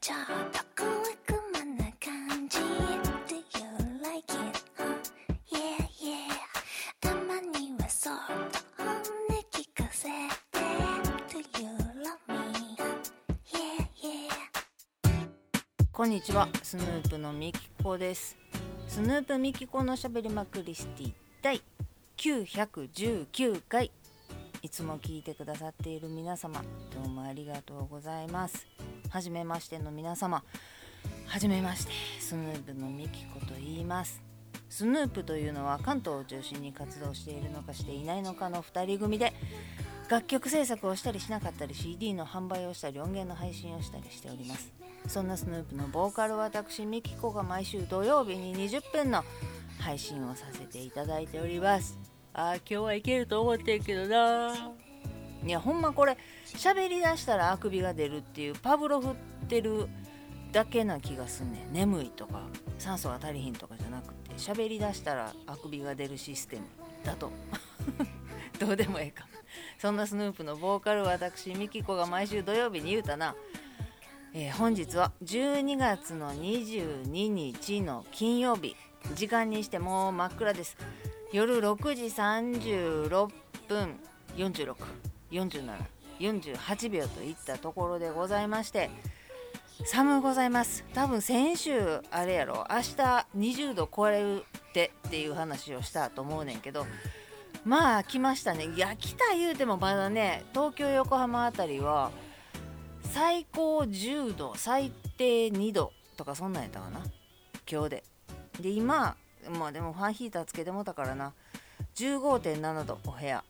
ちょっと小悪魔な感じ Do you like it? Yeah, yeah たまにはそっと本音聞かせて Do you love me? Yeah, yeah こんにちは、スヌープのみきこです。スヌープみきこのしゃべりまくりシティ第919回、いつも聞いてくださっている皆様、どうもありがとうございます。はじめましての皆様、はじめまして、スヌープのみきこと言います。スヌープというのは関東を中心に活動しているのかしていないのかの2人組で、楽曲制作をしたりしなかったり CD の販売をしたり音源の配信をしたりしております。そんなスヌープのボーカル私みきこが毎週土曜日に20分の配信をさせていただいております。今日はいけると思ってるけどな。いやほんまこれ喋り出したらあくびが出るっていうパブロフってるだけな気がすんねん。眠いとか酸素が足りひんとかじゃなくて、喋り出したらあくびが出るシステムだとどうでもええか。そんなスヌープのボーカル私みきこが毎週土曜日に言うたな。本日は12月の22日の金曜日、時間にしてもう真っ暗です。夜6時36分46、47、48秒といったところでございまして、寒うございます。多分先週あれやろ、明日20度超えるっていう話をしたと思うねんけど、まあ来ましたね。いや来た言うてもまだね、東京横浜あたりは最高10度最低2度とかそんなんやったかな今日で今まあでもファンヒーターつけてもたからな、 15.7 度お部屋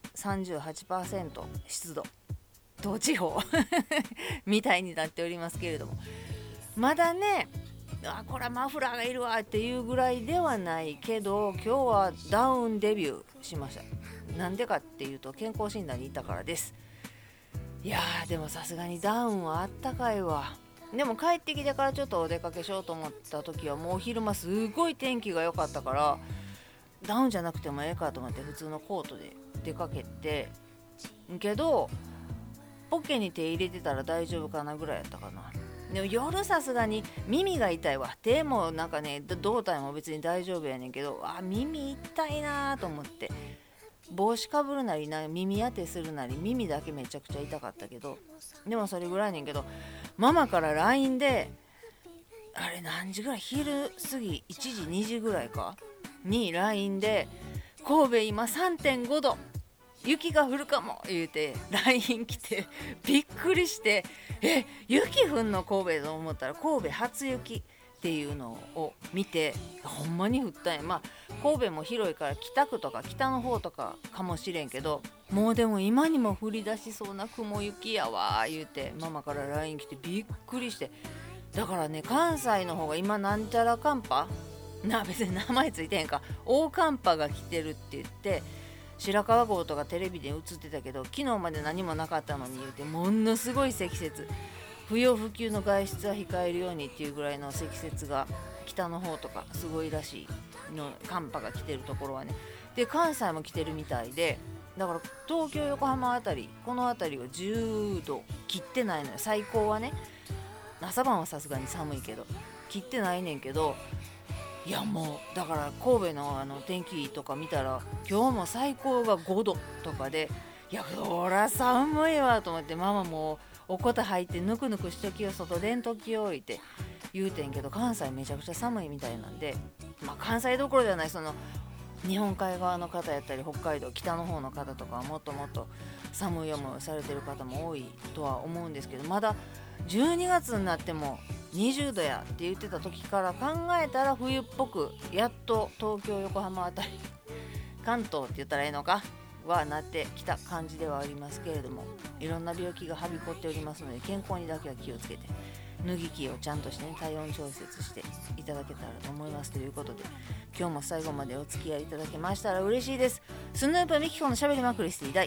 38% 湿度東地方みたいになっておりますけれども、まだねこれはマフラーがいるわっていうぐらいではないけど、今日はダウンデビューしました。なんでかっていうと健康診断に行ったからです。いやーでもさすがにダウンはあったかいわ。でも帰ってきてからちょっとお出かけしようと思った時はもう昼間すごい天気が良かったから、ダウンじゃなくてもええかと思って普通のコートで出かけてけど、ポッケに手入れてたら大丈夫かなぐらいやったかな。でも夜さすがに耳が痛いわ。手もなんかね胴体も別に大丈夫やねんけど、耳痛いなと思って帽子かぶるなりな耳当てするなり耳だけめちゃくちゃ痛かったけど、でもそれぐらいねんけど、ママから LINE であれ何時ぐらい、昼過ぎ1時2時ぐらいかに LINE で神戸今 3.5 度雪が降るかも言うて LINE 来てびっくりして、雪降んの神戸と思ったら神戸初雪っていうのを見て、ほんまに降ったんや。まあ神戸も広いから北区とか北の方とかかもしれんけど、もうでも今にも降り出しそうな雲行きやわ言うてママから LINE 来てびっくりして、だからね関西の方が今なんちゃら寒波別に名前ついてへんか、大寒波が来てるって言って白川郷とかテレビで映ってたけど、昨日まで何もなかったのに言うてものすごい積雪、不要不急の外出は控えるようにっていうぐらいの積雪が北の方とかすごいらしいの、寒波が来てるところはね。で関西も来てるみたいで、だから東京横浜あたりこのあたりは10度切ってないのよ。最高はね、朝晩はさすがに寒いけど切ってないねんけど、いやもうだから神戸の天気とか見たら今日も最高が5度とかで、いやそら寒いわと思って、ママもおこた履いてぬくぬくしときよ外でんときよって言うてんけど、関西めちゃくちゃ寒いみたいなんで、関西どころじゃない、その日本海側の方やったり北海道北の方の方とかはもっともっと寒い思いをされてる方も多いとは思うんですけど、まだ12月になっても20度やって言ってた時から考えたら冬っぽくやっと東京横浜あたり関東って言ったらいいのかはなってきた感じではありますけれども、いろんな病気がはびこっておりますので健康にだけは気をつけて脱ぎ着をちゃんとしてね、体温調節していただけたらと思いますということで、今日も最後までお付き合いいただけましたら嬉しいです。スヌープみきこのしゃべりまくりスティ第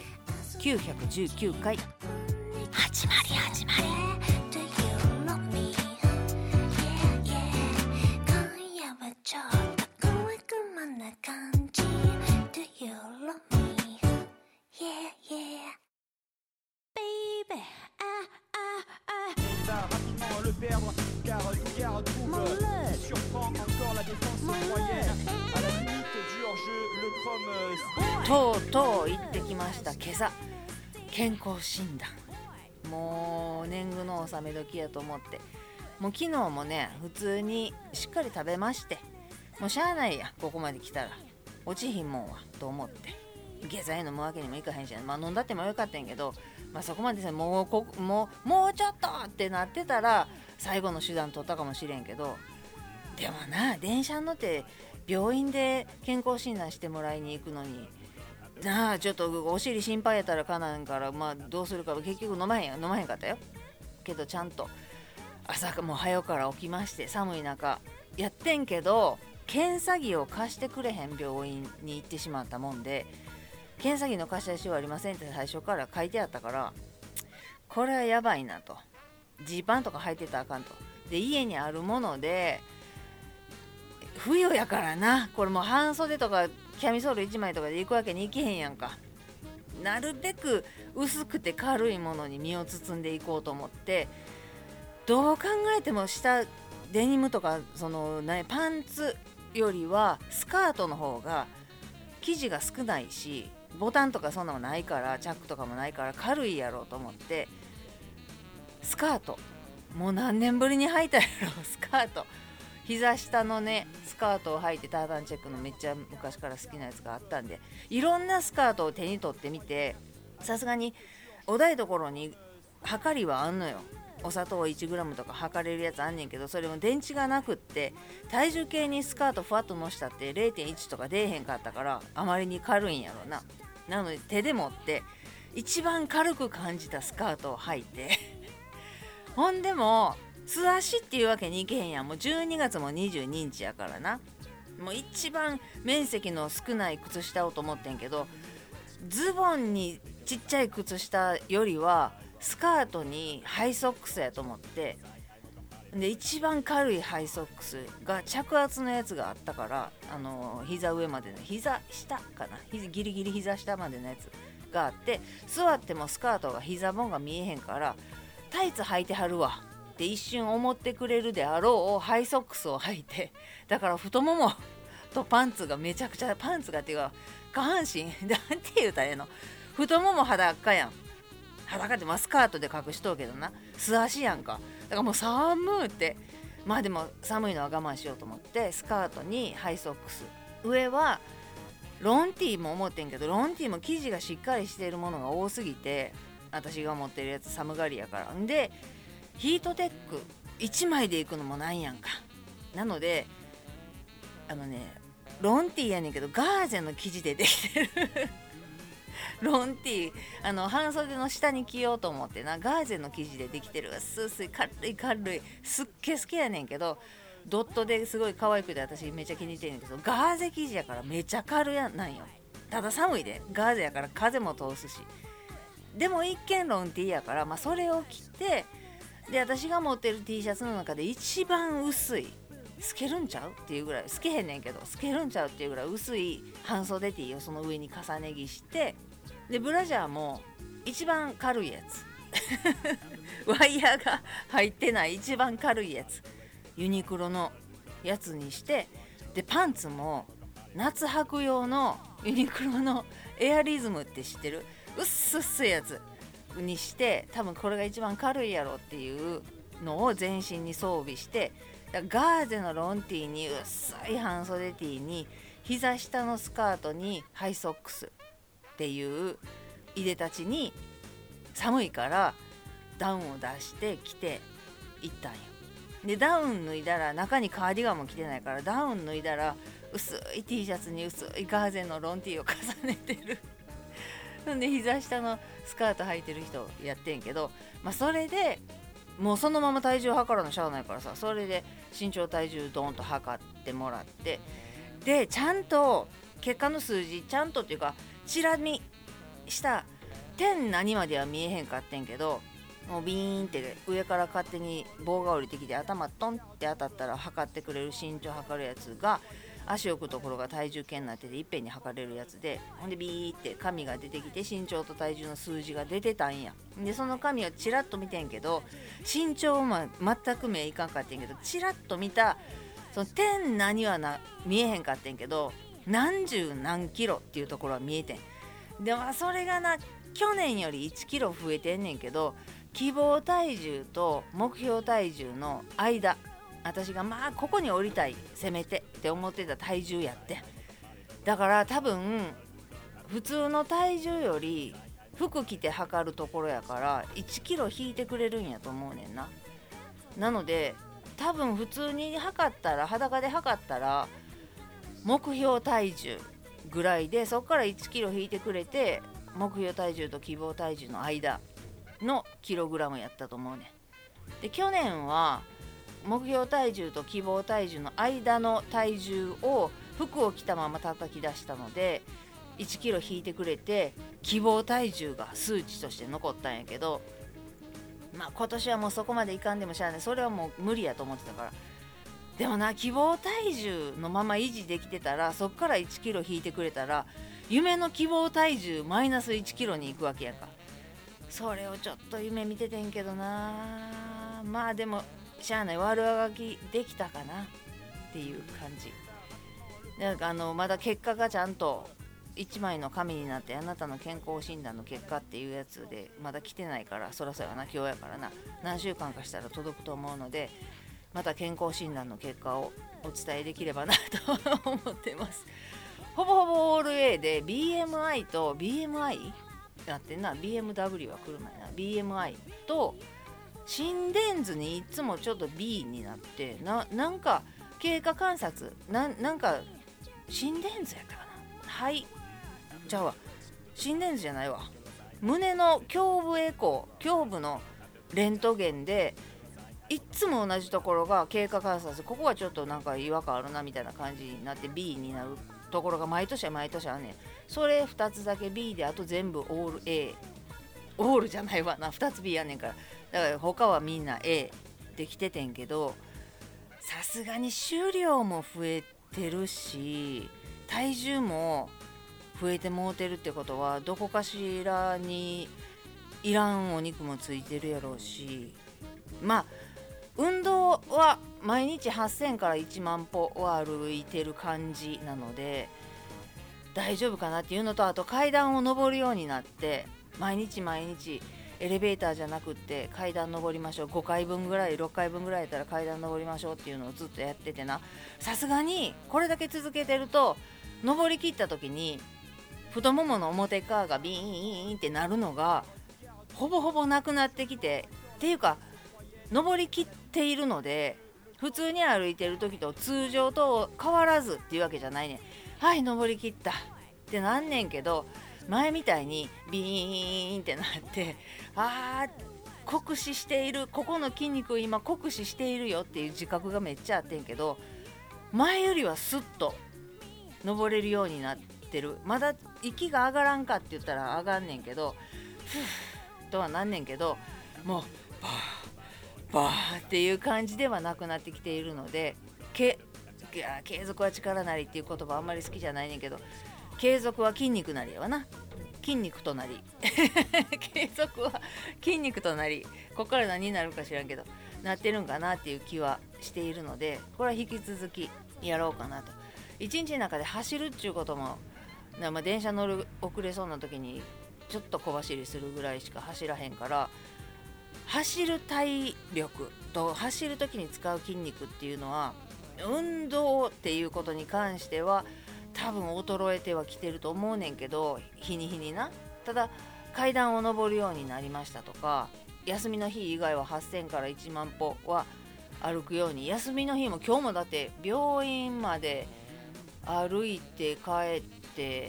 919回始まりちょっと小悪魔な感じ Do you love me? Yeah, yeah Baby さあ、巻きも le perdre, car tout garde trouve surprend encore la défense moyenne. À la limite du hors-jeu, le Chrome とうとう行ってきました。今朝健康診断、もう年貢の納め時やと思って、もう昨日もね普通にしっかり食べまして、もうしゃあないや、ここまで来たら落ちひんもんはと思って下剤飲むわけにもいかへんし、まあ飲んだってもよかったんやけど、まあそこまでさもうちょっとってなってたら最後の手段取ったかもしれんけど、でもな、電車に乗って病院で健康診断してもらいに行くのになあ、ちょっとお尻心配やったらかなんから、まあどうするか結局飲まへんかったよ。けどちゃんと朝もう早から起きまして、寒い中やってんけど、検査着を貸してくれへん病院に行ってしまったもんで、検査着の貸し出しはありませんって最初から書いてあったから、これはやばいなと。ジーパンとか履いてたらあかんと。で家にあるもので、冬やからな、これもう半袖とかキャミソール1枚とかで行くわけにいけへんやんか。なるべく薄くて軽いものに身を包んでいこうと思って、どう考えても下デニムとかパンツよりはスカートの方が生地が少ないし、ボタンとかそんなのないから、チャックとかもないから軽いやろうと思って、スカートもう何年ぶりに履いたやろスカート、膝下のねスカートを履いて、タータンチェックのめっちゃ昔から好きなやつがあったんで、いろんなスカートを手に取ってみて、さすがにお台所に測りはあんのよ。お砂糖 1g とか測れるやつあんねんけど、それも電池がなくって、体重計にスカートふわっと乗したって 0.1 とか出えへんかったから、あまりに軽いんやろな。なので手で持って一番軽く感じたスカートを履いてほんでも素足っていうわけにいけへんやん。もう12月も22日やからな、もう一番面積の少ない靴下をと思ってんけど、ズボンにちっちゃい靴下よりはスカートにハイソックスやと思って、で一番軽いハイソックスが着圧のやつがあったから、膝上までの膝下かな、ギリギリ膝下までのやつがあって、座ってもスカートが膝ボンが見えへんから、タイツ履いてはるわって一瞬思ってくれるであろうハイソックスを履いて、だから太ももとパンツがめちゃくちゃ、パンツがっていうか下半身なんて言うたらええの、太もも裸やん。裸ってスカートで隠しとうけどな、素足やんか。だからもう寒って、まあでも寒いのは我慢しようと思って、スカートにハイソックス、上はロンティーも思ってんけど、ロンティーも生地がしっかりしているものが多すぎて、私が持ってるやつ寒がりやからんで、ヒートテック1枚で行くのもなんやんか。なのでロンティーやねんけどガーゼの生地でできてるロンティー半袖の下に着ようと思ってな、ガーゼの生地でできてる、薄い軽いすっげ好きやねんけど、ドットですごい可愛くて私めっちゃ気に入ってるんだけど、ガーゼ生地やからめちゃ軽やなんよ。ただ寒いで、ガーゼやから風も通すし、でも一見ロンティーやから、それを着て、で私が持ってる T シャツの中で一番薄い、透けるんちゃうっていうぐらい、透けへんねんけど透けるんちゃうっていうぐらい薄い半袖 T をその上に重ね着して、でブラジャーも一番軽いやつワイヤーが入ってない一番軽いやつ、ユニクロのやつにして、でパンツも夏履く用のユニクロのエアリズムって知ってる、薄いやつにして、多分これが一番軽いやろっていうのを全身に装備して、ガーゼのロンティーに薄い半袖ティーに膝下のスカートにハイソックスっていういでたちに、寒いからダウンを出して着て行ったんよ。でダウン脱いだら、中にカーディガンも着てないから、ダウン脱いだら薄い T シャツに薄いガーゼのロンティーを重ねてるで膝下のスカート履いてる人やってんけど、それでもうそのまま体重測らなしゃあないからさ、それで身長体重ドーンと測ってもらって、でちゃんと結果の数字ちゃんとっていうか、チラ見した点何までは見えへんかってんけど、もうビーンって上から勝手に棒が降りてきて、頭トンって当たったら測ってくれる、身長測るやつが足置くところが体重計になってていっぺんに測れるやつで、ほんでビーって紙が出てきて身長と体重の数字が出てたんや。でその紙をチラッと見てんけど、身長は全く目いかんかってんけど、チラッと見たその点何は見えへんかってんけど、何十何キロっていうところは見えてん。でもそれがな、去年より1キロ増えてんねんけど、希望体重と目標体重の間、私がまあここに降りたい、せめてって思ってた体重やって、だから多分普通の体重より服着て測るところやから1キロ引いてくれるんやと思うねんな。なので多分普通に測ったら、裸で測ったら目標体重ぐらいで、そこから1キロ引いてくれて、目標体重と希望体重の間のキログラムやったと思うねん。で去年は目標体重と希望体重の間の体重を服を着たまま叩き出したので1キロ引いてくれて、希望体重が数値として残ったんやけど、まあ今年はもうそこまでいかんでもしゃあない、それはもう無理やと思ってたから。でもな、希望体重のまま維持できてたら、そっから1キロ引いてくれたら夢の希望体重マイナス1キロに行くわけやんか。それをちょっと夢見ててんけどな。まあでもしゃあない、悪あがきできたかなっていう感じ。なんかまだ結果がちゃんと1枚の紙になって、あなたの健康診断の結果っていうやつでまだ来てないから、そらそうやな、今日やからな、何週間かしたら届くと思うので、また健康診断の結果をお伝えできればなと思ってます。ほぼほぼオール A で BMI と BMI やってんな、 BMW は車やな、 BMI と心電図にいつもちょっと B になって、なんか経過観察、なんか心電図やったかな、はいじゃあ心電図じゃないわ、胸の胸部エコー、胸部のレントゲンでいつも同じところが経過観察、ここはちょっとなんか違和感あるなみたいな感じになって B になるところが毎年あんねん。それ2つだけ B で、あと全部オール A、 オールじゃないわな、2つ B やねんから、だから他はみんな A できててんけど、さすがに酒量も増えてるし体重も増えてもうてるってことは、どこかしらにいらんお肉もついてるやろうし、まあ運動は毎日8000から1万歩は歩いてる感じなので大丈夫かなっていうのと、あと階段を上るようになって、毎日エレベーターじゃなくって階段上りましょう、5回分ぐらい6回分ぐらいやったら階段上りましょうっていうのをずっとやっててな、さすがにこれだけ続けてると上り切った時に太ももの表側がビーンってなるのがほぼほぼなくなってきて、っていうか登りきっているので、普通に歩いてる時と通常と変わらずっていうわけじゃないねん。はい、登りきったってなんねんけど、前みたいにビーンってなって、酷使している、ここの筋肉を今酷使しているよっていう自覚がめっちゃあってんけど、前よりはスッと登れるようになってる。まだ息が上がらんかって言ったら上がんねんけど、ふーとはなんねんけど、もうバーっていう感じではなくなってきているので、継続は力なりっていう言葉あんまり好きじゃないねんけど、継続は筋肉なりやわな、筋肉となり継続は筋肉となり、ここから何になるか知らんけどなってるんかなっていう気はしているので、これは引き続きやろうかなと。一日の中で走るっていうことも、電車遅れそうな時にちょっと小走りするぐらいしか走らへんから、走る体力と走る時に使う筋肉っていうのは、運動っていうことに関しては多分衰えてはきてると思うねんけど、日に日にな。ただ階段を上るようになりましたとか、休みの日以外は8000から1万歩は歩くように、休みの日も今日もだって病院まで歩いて帰って、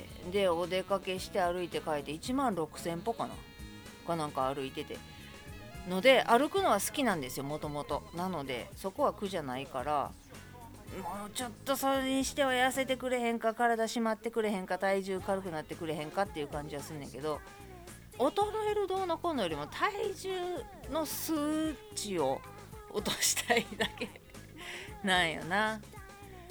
でお出かけして歩いて帰って1万6000歩かなんか歩いててので、歩くのは好きなんですよ、もともと。なのでそこは苦じゃないから、もうちょっとそれにしては痩せてくれへんか、体締まってくれへんか、体重軽くなってくれへんかっていう感じはすんねんけど、衰えるどうのこうのよりも体重の数値を落としたいだけなんよな。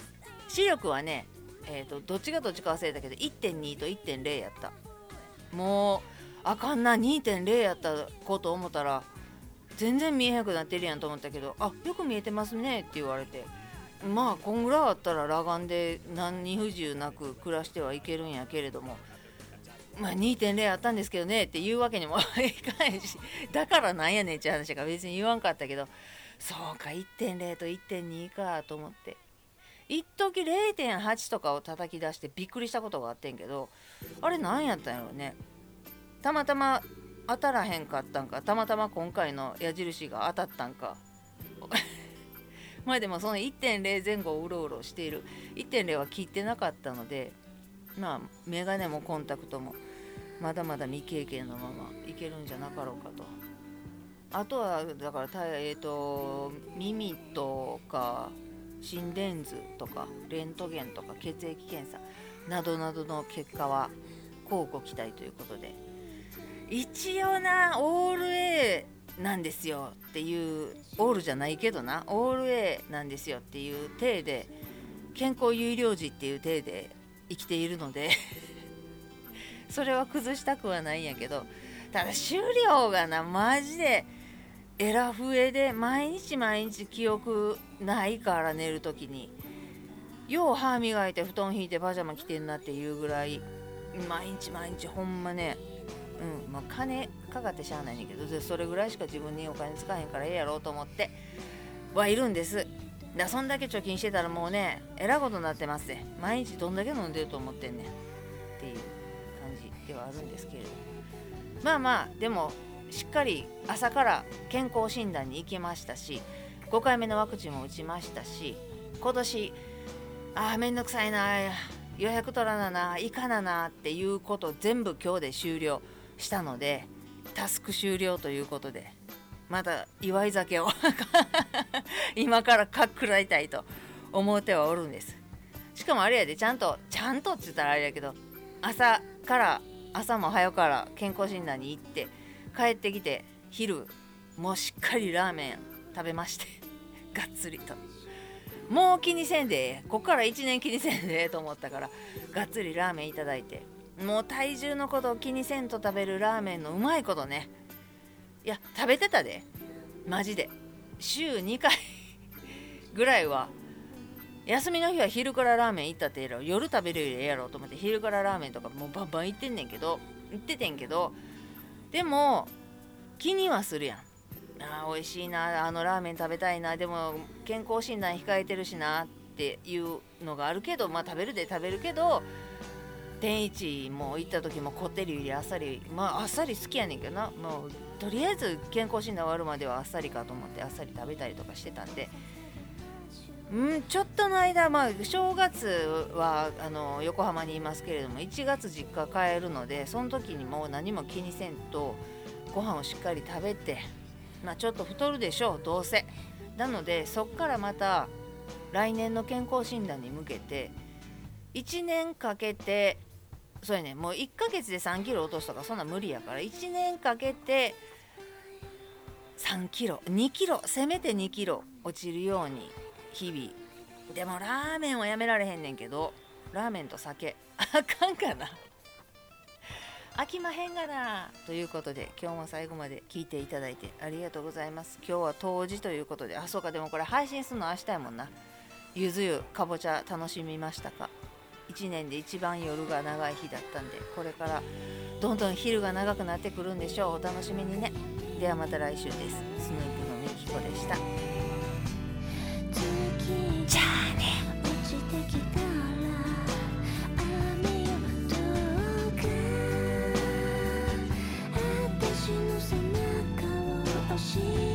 視力はね、どっちがどっちか忘れたけど 1.2 と 1.0 やった。もうあかんな、 2.0 やったこと思ったら全然見えへんくなってるやんと思ったけど、あ、よく見えてますねって言われて、まあこんぐらいあったら裸眼で何に不自由なく暮らしてはいけるんやけれども、まあ 2.0 あったんですけどねって言うわけにもいかへんし、だからなんやねんって話が別に言わんかったけど、そうか 1.0 と 1.2 かと思って、一時 0.8 とかを叩き出してびっくりしたことがあってんけど、あれなんやったんやろうね。たまたま当たらへんかったんか、たまたま今回の矢印が当たったんかまあでもその 1.0 前後をうろうろしている。 1.0 は切ってなかったので、まあメガネもコンタクトもまだまだ未経験のままいけるんじゃなかろうかと。あとはだから耳とか心電図とかレントゲンとか血液検査などなどの結果は乞うご期待ということで、一応なオール A なんですよっていう、オールじゃないけどな、オール A なんですよっていう体で、健康有料児っていう体で生きているのでそれは崩したくはないんやけど、ただ終了がなマジでエラ増えで、毎日記憶ないから寝るときによう歯磨いて布団引いてパジャマ着てんなっていうぐらい毎日ほんまね、まあ、金かかってしゃあないねんけど、それぐらいしか自分にお金使えへんからええやろうと思ってはいるんです。だそんだけ貯金してたらもうね、えらいことになってますね。毎日どんだけ飲んでると思ってんねんっていう感じではあるんですけれど、まあまあでもしっかり朝から健康診断に行きましたし、5回目のワクチンも打ちましたし、今年めんどくさいな、予約取らなな、行かななっていうこと全部今日で終了したので、タスク終了ということで、また祝い酒を今からかっくらいたいと思ってはおるんです。しかもあれやで、ちゃんとって言ったらあれやけど、朝も早から健康診断に行って帰ってきて、昼もうしっかりラーメン食べましてがっつりと、もう気にせんでこっから1年気にせんでと思ったから、がっつりラーメンいただいて、もう体重のことを気にせんと食べるラーメンのうまいことね。いや食べてたで、マジで週2回ぐらいは、休みの日は昼からラーメン行ったってええやろ、夜食べるよりええやろと思って昼からラーメンとかもうバンバン行っててんけど、でも気にはするやん。美味しいな、あのラーメン食べたいな、でも健康診断控えてるしなっていうのがあるけど、まあ食べるけど、天一も行った時もこってりよりあっさり、あっさり好きやねんけどな、もうとりあえず健康診断終わるまではあっさりかと思ってあっさり食べたりとかしてたんで、ちょっとの間、正月は横浜にいますけれども、1月実家帰るので、その時にもう何も気にせんとご飯をしっかり食べて、ちょっと太るでしょうどうせなので、そっからまた来年の健康診断に向けて1年かけて、そうやね、もう1ヶ月で3キロ落とすとかそんな無理やから、1年かけて3キロ2キロ、せめて2キロ落ちるように日々。でもラーメンはやめられへんねんけど、ラーメンと酒あかんかな、飽きまへんがなということで、今日も最後まで聞いていただいてありがとうございます。今日は冬至ということで、そうか、でもこれ配信するの明日やもんな。ゆず湯かぼちゃ楽しみましたか。1年で一番夜が長い日だったんで、これからどんどん昼が長くなってくるんでしょう。お楽しみにね。ではまた来週です。スヌープのみきこでした。じゃあね。 落ちてきたら雨よどうか、私の背中を押して